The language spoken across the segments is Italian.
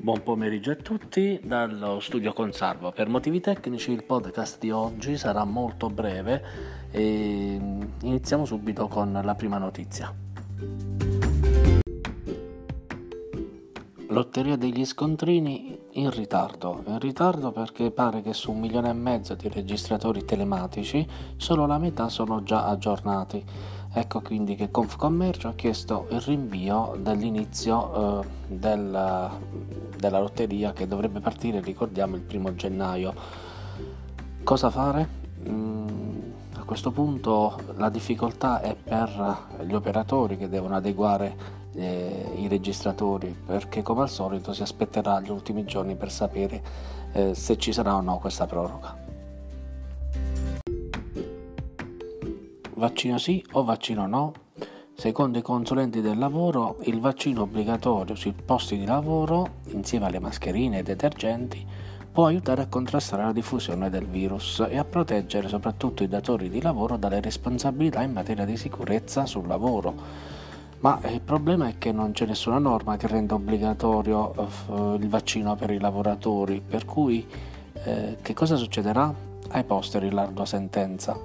Buon pomeriggio a tutti dallo studio Consalvo. Per motivi tecnici il podcast di oggi sarà molto breve e iniziamo subito con la prima notizia. Lotteria degli scontrini in ritardo perché pare che su 1,5 milioni di registratori telematici solo la metà sono già aggiornati. Ecco quindi che Confcommercio ha chiesto il rinvio dell'inizio della lotteria che dovrebbe partire, ricordiamo, il 1 gennaio. Cosa fare? A questo punto la difficoltà è per gli operatori che devono adeguare i registratori, perché come al solito si aspetterà gli ultimi giorni per sapere se ci sarà o no questa proroga. Vaccino sì o vaccino no? Secondo i consulenti del lavoro, il vaccino obbligatorio sui posti di lavoro, insieme alle mascherine e ai detergenti, può aiutare a contrastare la diffusione del virus e a proteggere soprattutto i datori di lavoro dalle responsabilità in materia di sicurezza sul lavoro. Ma il problema è che non c'è nessuna norma che renda obbligatorio il vaccino per i lavoratori, per cui che cosa succederà? Ai posteri l'ardua sentenza.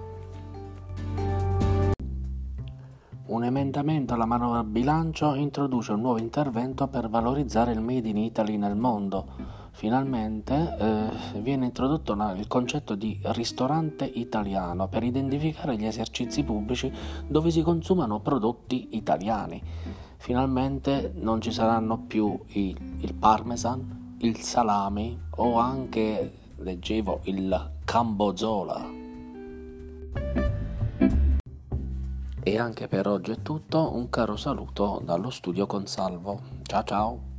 Un emendamento alla manovra bilancio introduce un nuovo intervento per valorizzare il Made in Italy nel mondo. Finalmente viene introdotto il concetto di ristorante italiano per identificare gli esercizi pubblici dove si consumano prodotti italiani. Finalmente non ci saranno più il parmesan, il salami o anche, leggevo, il cambozola. E anche per oggi è tutto, un caro saluto dallo studio Consalvo. Ciao ciao!